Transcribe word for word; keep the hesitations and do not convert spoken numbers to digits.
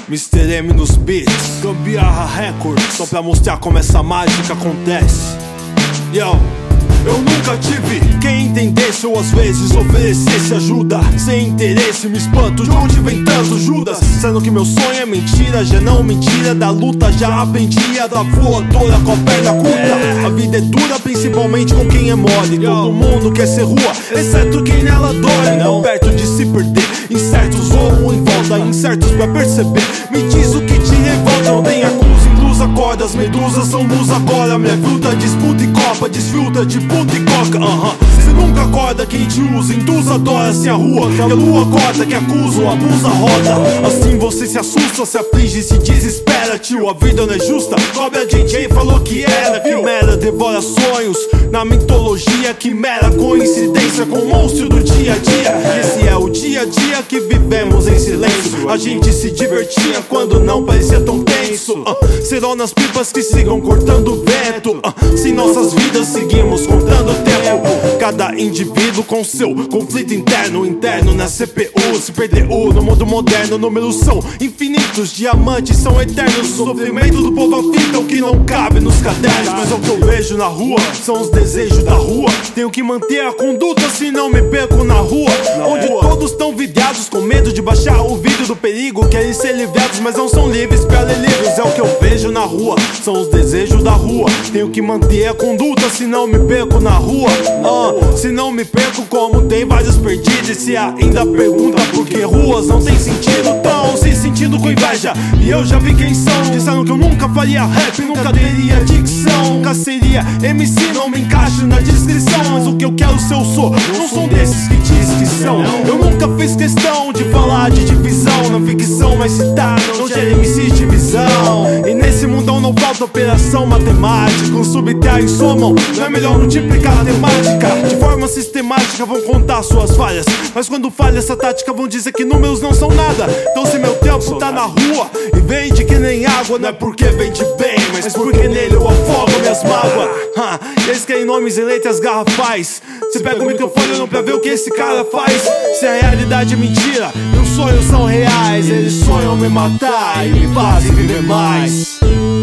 mister M nos beats, Gambiarra Records, só pra mostrar como essa mágica acontece. Yo, eu nunca tive quem entendesse ou às vezes oferecesse ajuda. Sem interesse me espanto de onde vem tanto Judas, sendo que meu sonho é mentira, já não mentira. Da luta já aprendi a dar voadora com a perna curta. A vida é dura, principalmente com quem é mole. Todo mundo quer ser rua, exceto quem nela dorme. Não perto de se perder, incertos ou em volta, incertos pra perceber. Me diz o que te revolta, não tem acusa, induz, acorda. As medusas são luz agora, minha fruta disputa e copa, desfruta de puta e coca. uh-huh. Cê nunca acorda quem te usa, induz, adora-se a rua, que a lua corta, que acusa, abusa, roda. Assim você se assusta, se aflige, se desespera. Tio, a vida não é justa, cobre a J J falou que era. Quimera devora sonhos, na mitologia, que mera coincidência com o monstro do dia a dia. Esse é o dia a dia que vivemos em silêncio. A gente se divertia quando não parecia tão tenso. uh, Serão nas pipas que sigam cortando o vento. uh, Se nossas vidas seguimos contando tempo. Cada indivíduo com seu conflito interno, interno na C P U, se perdeu no mundo moderno. Números são infinitos, diamantes são eternos. O sofrimento do povo afita o que não cabe nos cadernos. Mas o que eu vejo na rua são os desejos da rua. Tenho que manter a conduta, senão me perco na rua, onde todos estão vidrados com medo de baixar o vidro do perigo. Querem ser livrados, mas não são livres para ler livros. É o que eu vejo na rua, são os desejos da rua. Tenho que manter a conduta, senão me perco na rua. uh, Se não me perco, como tem vários perdidos. E se ainda pergunta por que ruas não tem sentido, tão sem sentido com inveja. E eu já vi quem são, disseram que eu nunca faria rap, nunca teria dicção, nunca seria M C, não me encaixo na descrição. Mas o que eu quero ser eu sou, não sou desses que diz que são. Eu nunca fiz questão de falar de divisão na ficção, mas se tá, não gera M C divisão. E nesse mundão não falta operação matemática. Um subtrai e somam, não é melhor multiplicar a temática. De forma sistemática vão contar suas falhas, mas quando falha essa tática vão dizer que números não são nada. Então se meu tempo tá na rua e vende que nem água, não é porque vende bem, mas porque nele eu afogo minhas mágoas. ha, Eles querem nomes e letras garrafais. Você pega o microfone não pra ver o que esse cara faz. Se a realidade é mentira e os sonhos são reais, eles sonham me matar e me fazem viver mais.